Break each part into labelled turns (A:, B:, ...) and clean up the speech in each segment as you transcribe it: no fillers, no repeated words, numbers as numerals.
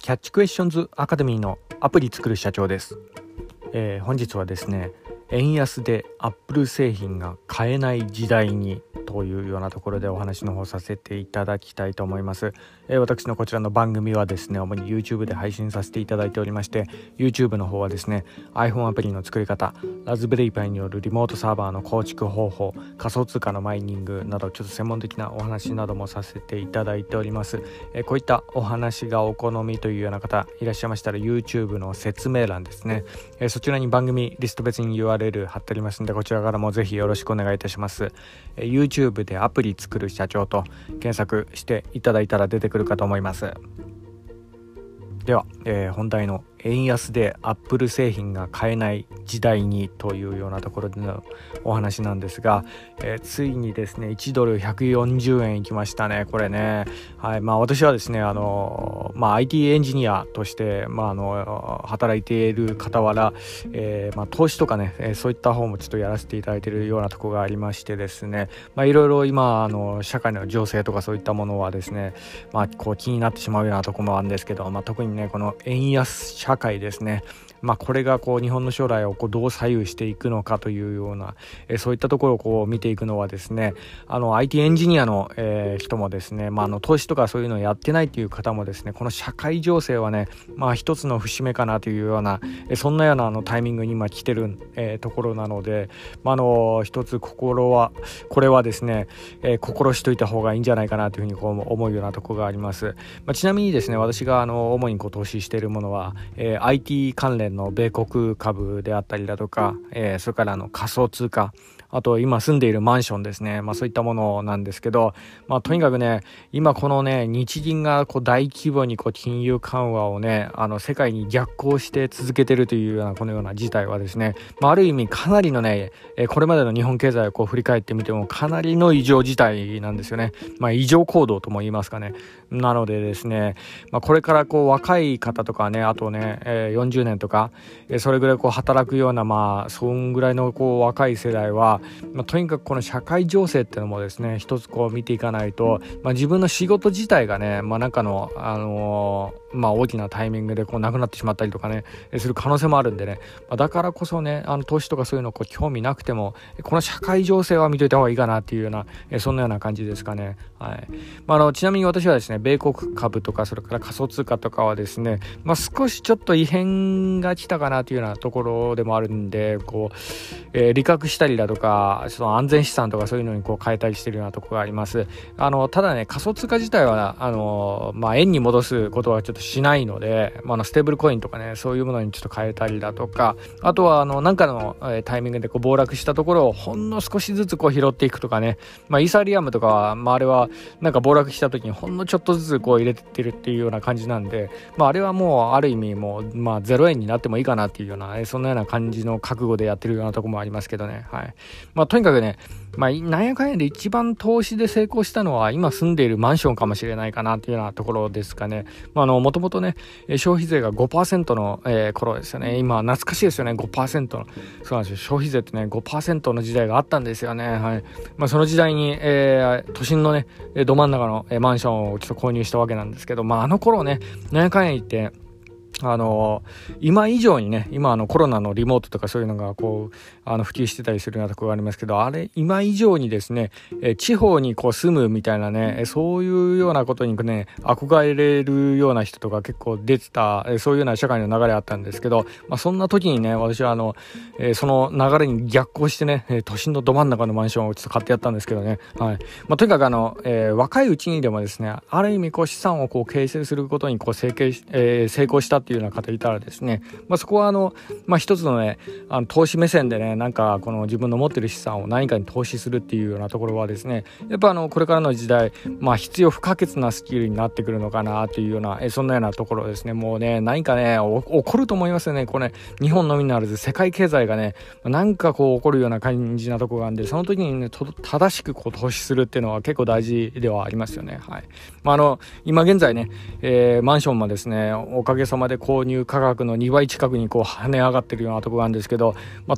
A: キャッチクエスチョンズアカデミーのアプリ作る社長です。本日はですね、円安でアップル製品が買えない時代にというようなところでお話の方させていただきたいと思います。私のこちらの番組はですね、主に YouTube で配信させていただいておりまして、 YouTube の方はですね iPhone アプリの作り方、ラズベリーパイによるリモートサーバーの構築方法、仮想通貨のマイニングなどちょっと専門的なお話などもさせていただいております。こういったお話がお好みというような方いらっしゃいましたら YouTube の説明欄ですね、そちらに番組リスト別に URL 貼ってありますので、こちらからもぜひよろしくお願いいたします。YouTube でアプリ作る社長と検索していただいたら出てくるかと思います。では、本題の円安でアップル製品が買えない時代にというようなところでのお話なんですが、ついにですね1ドル140円いきましたね。これね、はい、私はですねIT エンジニアとして、働いている傍ら、投資とかね、そういった方もちょっとやらせていただいているようなところがありましてですね、いろいろ今社会の情勢とかそういったものはですね、こう気になってしまうようなところもあるんですけど、特にねこの円安社会ですね、これがこう日本の将来をこうどう左右していくのかというような、そういったところをこう見ていくのはですね、IT エンジニアの、人もですね、投資とかそういうのをやってないという方もですね、この社会情勢はね、一つの節目かなというような、そんなようなタイミングに今来てる、ところなので、一つこれはですね、心しといた方がいいんじゃないかなというふうにこう思うようなところがあります。ちなみにですね、私が主にこう投資しているものは、IT 関連の米国株であったりだとか、それから仮想通貨、あと今住んでいるマンションですね、そういったものなんですけど、とにかくね今このね日銀がこう大規模にこう金融緩和をね世界に逆行して続けているというようなこのような事態はですね、ある意味かなりのねこれまでの日本経済をこう振り返ってみてもかなりの異常事態なんですよね。異常行動とも言いますかね。なのでですね、これからこう若い方とかね、あとね、40年とか、それぐらいこう働くようなそんぐらいのこう若い世代は、とにかくこの社会情勢っていうのもですね一つこう見ていかないと、自分の仕事自体がね、なんかの大きなタイミングでこうなくなってしまったりとかねする可能性もあるんでね、だからこそね投資とかそういうのこう興味なくてもこの社会情勢は見といた方がいいかなっていうような、そんなような感じですかね。はい。ちなみに私はですね米国株とかそれから仮想通貨とかはですね、少しちょっと異変が来たかなというようなところでもあるんで、こう、利確したりだとかその安全資産とかそういうのにこう変えたりしているようなところがあります。ただね仮想通貨自体は円に戻すことはちょっとしないので、ステーブルコインとかねそういうものにちょっと変えたりだとか、あとは何かの、タイミングでこう暴落したところをほんの少しずつこう拾っていくとかね、イーサリアムとかは、あれはなんか暴落した時にほんのちょっとずつこう入れてってるっていうような感じなんで、あれはもうある意味もう0円になってもいいかなっていうような、そんなような感じの覚悟でやってるようなところもありますけどね。はい。とにかくね、なんやかんやで一番投資で成功したのは今住んでいるマンションかもしれないかなっていうようなところですかね。もともとね消費税が 5% の、頃ですよね。今懐かしいですよね。 5% のそうなんですよ。消費税ってね 5% の時代があったんですよね。はい。その時代に、都心のねど真ん中の、マンションをちょっと購入したわけなんですけど、あの頃ねなんやかんや言って今以上にね今コロナのリモートとかそういうのがこう普及してたりするようなところがありますけど、あれ今以上にですね、地方にこう住むみたいなねそういうようなことにね憧れるような人とか結構出てた、そういうような社会の流れあったんですけど、そんな時にね私はその流れに逆行してね都心のど真ん中のマンションをちょっと買ってやったんですけどね。はい。とにかく若いうちにでもですねある意味こう資産をこう形成することにこう成功したっていうような方いたらですね、そこは一つのね投資目線でねなんかこの自分の持ってる資産を何かに投資するっていうようなところはですね、やっぱこれからの時代必要不可欠なスキルになってくるのかなというようなそんなようなところですね。もうね何かね起こると思いますよね。これね日本のみならず世界経済がねなんかこう起こるような感じなところがあるんで、その時にね正しくこう投資するっていうのは結構大事ではありますよね。はい。今現在ね、マンションもですねおかげさまで購入価格の2倍近くにこう跳ね上がってるようなところなんですけど、とにかく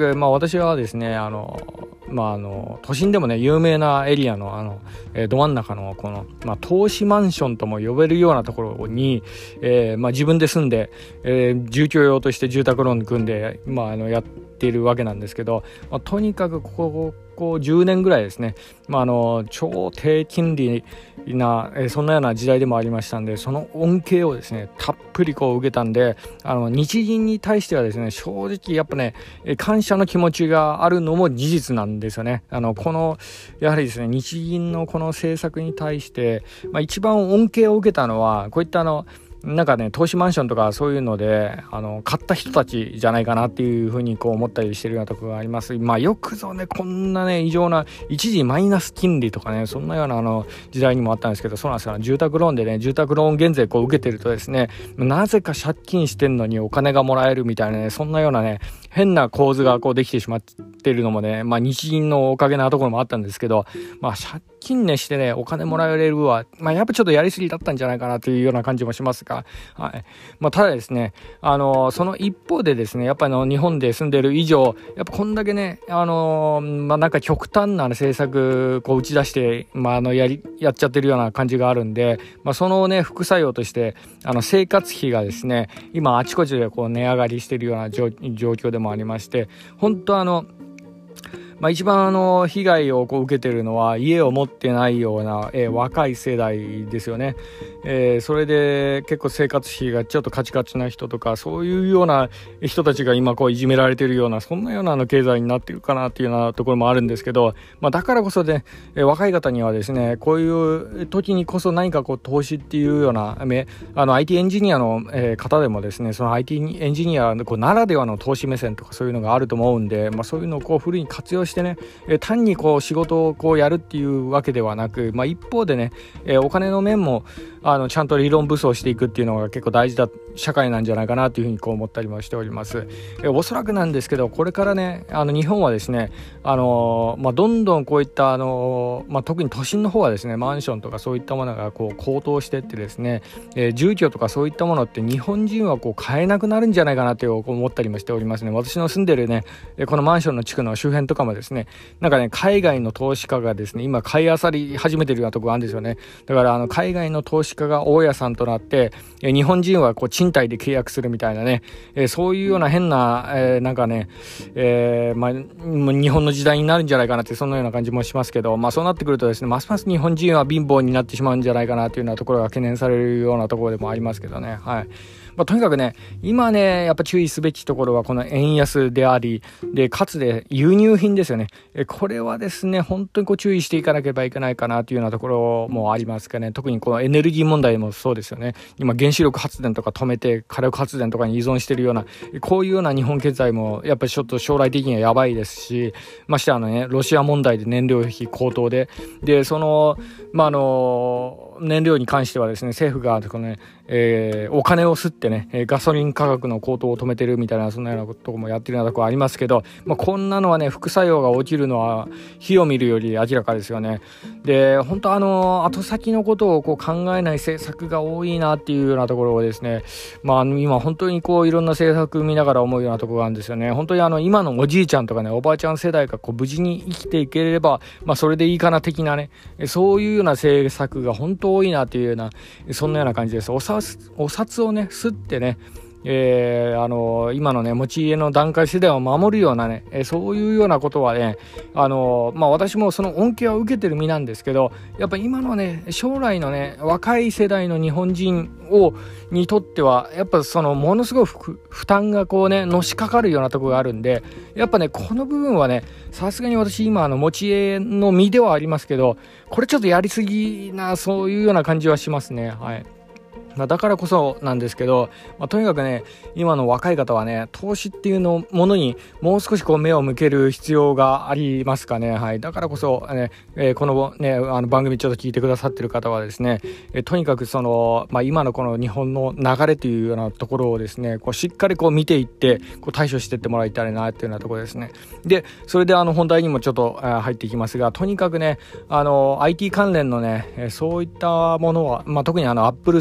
A: く、私はですね都心でもね有名なエリアのど真ん中のこの、投資マンションとも呼べるようなところに、自分で住んで、住居用として住宅ローン組んで、やっているわけなんですけど、とにかくここ10年ぐらいですね、超低金利な、そんなような時代でもありましたんで、その恩恵をですねたっぷり受けたんで、日銀に対してはですね正直やっぱね感謝の気持ちがあるのも事実なんですよね。このやはりですね日銀のこの政策に対して、一番恩恵を受けたのはこういったなんかね投資マンションとかそういうので買った人たちじゃないかなっていうふうに思ったりしてるようなところがあります。よくぞねこんなね異常な一時マイナス金利とかねそんなような時代にもあったんですけど、そうなんですよ。住宅ローンでね住宅ローン減税受けてるとですね、なぜか借金してんのにお金がもらえるみたいなね、そんなようなね変な構図ができてしまってるのもね、日銀のおかげなところもあったんですけど、借金ねしてねお金もらえるは、やっぱちょっとやりすぎだったんじゃないかなというような感じもしますが、ただですねその一方でですねやっぱ日本で住んでる以上やっぱこんだけねなんか極端な政策打ち出してやっちゃってるような感じがあるんで、そのね副作用として生活費がですね今あちこちで値上がりしてるような状況でもありまして、本当一番被害を受けているのは家を持ってないような、若い世代ですよね。それで結構生活費がちょっとカチカチな人とかそういうような人たちが今いじめられているようなそんなような経済になっているかなっていうようなところもあるんですけど、だからこそね、若い方にはですねこういう時にこそ何か投資っていうようなIT エンジニアの、方でもですねその IT エンジニアならではの投資目線とかそういうのがあると思うんで、そういうのをフルに活用してね、単に仕事をやるっていうわけではなく、一方でね、お金の面もちゃんと理論武装していくっていうのが結構大事だ社会なんじゃないかなというふうに思ったりもしております。おそらくなんですけどこれからね日本はですねどんどんこういった特に都心の方はですねマンションとかそういったものが高騰してってですね、住居とかそういったものって日本人は買えなくなるんじゃないかなと思ったりもしておりますね。私の住んでるねこのマンションの地区の周辺とかもですねなんかね海外の投資家がですね今買い漁り始めてるようなところがあるんですよね。だから海外の投資家が大家さんとなって日本人は賃貸で契約するみたいなね、そういうような変な、なんかね、日本の時代になるんじゃないかなってそんなような感じもしますけど、そうなってくるとですねますます日本人は貧乏になってしまうんじゃないかなというようなところが懸念されるようなところでもありますけどね。はい。とにかくね今ねやっぱ注意すべきところはこの円安でありでかつで輸入品ですよね。これはですね本当に注意していかなければいけないかなというようなところもありますかね。特にこのエネルギー問題もそうですよね。今原子力発電とか止めて火力発電とかに依存しているようなこういうような日本経済もやっぱりちょっと将来的にはやばいですし、ましてロシア問題で燃料費高騰でその燃料に関してはですね政府がお金を吸ってねガソリン価格の高騰を止めてるみたいなそんなようなこともやってるようなところありますけど、こんなのはね副作用が起きるのは火を見るより明らかですよね。で本当後先のことを考えない政策が多いなっていうようなところをですね今本当にいろんな政策見ながら思うようなところがあるんですよね。本当に今のおじいちゃんとかねおばあちゃん世代が無事に生きていければそれでいいかな的なねそういうような政策が本当多いなというようなそんなような感じです。お札をね吸ってね今のね持ち家の段階世代を守るようなね、そういうようなことはね私もその恩恵を受けてる身なんですけど、やっぱ今のね将来のね若い世代の日本人にとってはやっぱものすごい負担がのしかかるようなところがあるんで、やっぱねこの部分はねさすがに私今持ち家の身ではありますけどこれちょっとやりすぎなそういうような感じはしますね。はい。だからこそなんですけど、とにかくね今の若い方はね投資っていうものにもう少し目を向ける必要がありますかね。はい。だからこそね、このね番組ちょっと聞いてくださってる方はですね、とにかく今のこの日本の流れというようなところをですねしっかり見ていって対処していってもらいたいなっていうようなところですね。でそれで本題にもちょっと入っていきますが、とにかくねIT 関連のねそういったものは特にApple 製品とか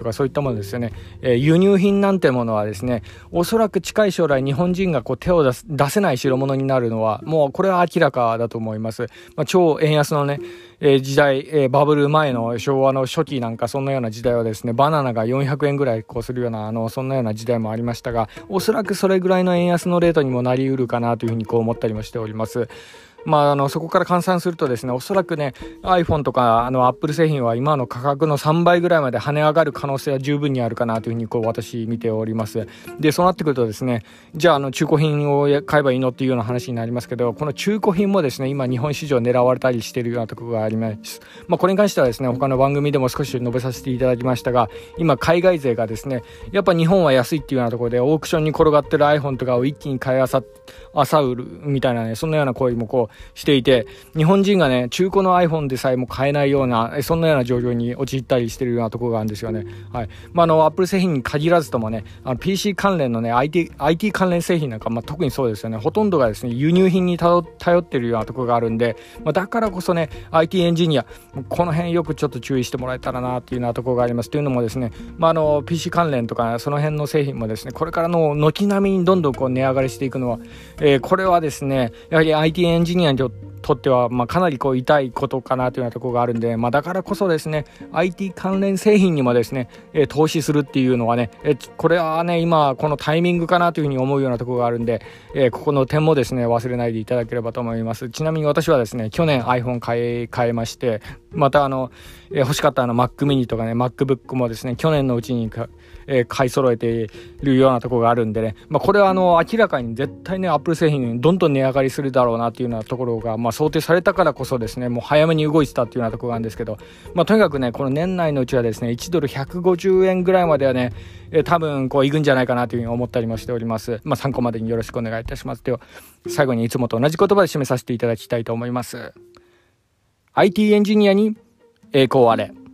A: かそういったものですよね。輸入品なんてものはですね、おそらく近い将来日本人が手を出せない代物になるのはもうこれは明らかだと思います。超円安のね、時代、バブル前の昭和の初期なんかそんなような時代はですね、バナナが400円ぐらいするようなそんなような時代もありましたが、おそらくそれぐらいの円安のレートにもなりうるかなというふうに思ったりもしております。そこから換算するとですね、おそらくね iPhone とかApple 製品は今の価格の3倍ぐらいまで跳ね上がる可能性は十分にあるかなというふうに私見ております。でそうなってくるとですね、じゃあ中古品を買えばいいのっていうような話になりますけど、この中古品もですね今日本市場狙われたりしているようなところがあります。これに関してはですね他の番組でも少し述べさせていただきましたが、今海外勢がですねやっぱ日本は安いっていうようなところでオークションに転がってる iPhone とかを一気に買いあさ売るみたいなね、そんなような行為もしていて、日本人がね中古の iPhone でさえも買えないようなそんなような状況に陥ったりしているようなところがあるんですよね。はい。Apple 製品に限らずともね、PC 関連のね IT 関連製品なんか、特にそうですよね。ほとんどがですね輸入品に頼っているようなところがあるんで、だからこそね IT エンジニアこの辺よくちょっと注意してもらえたらなっていうようなところがあります。というのもですね、PC 関連とかその辺の製品もですねこれからの軒並みにどんどん値上がりしていくのは、これはですねやはり IT エンジニアにとってはかなり痛いことかなというようなところがあるんで、だからこそですね IT 関連製品にもですね、投資するっていうのはね、これはね今このタイミングかなというふうに思うようなところがあるんで、ここの点もですね忘れないでいただければと思います。ちなみに私はですね去年 iPhone 買いまして、また欲しかった Mac mini とかね MacBook もですね去年のうちに買い揃えているようなところがあるんでね、これは明らかに絶対ね Apple 製品どんどん値上がりするだろうなっていうようなところが想定されたからこそですね、もう早めに動いてたっていうようなところがあるんですけど、とにかくねこの年内のうちはですね1ドル150円ぐらいまではね、多分いくんじゃないかなというふうに思ったりもしております。参考までによろしくお願いいたします。では最後にいつもと同じ言葉で締めさせていただきたいと思います。IT エンジニアに栄光あれ。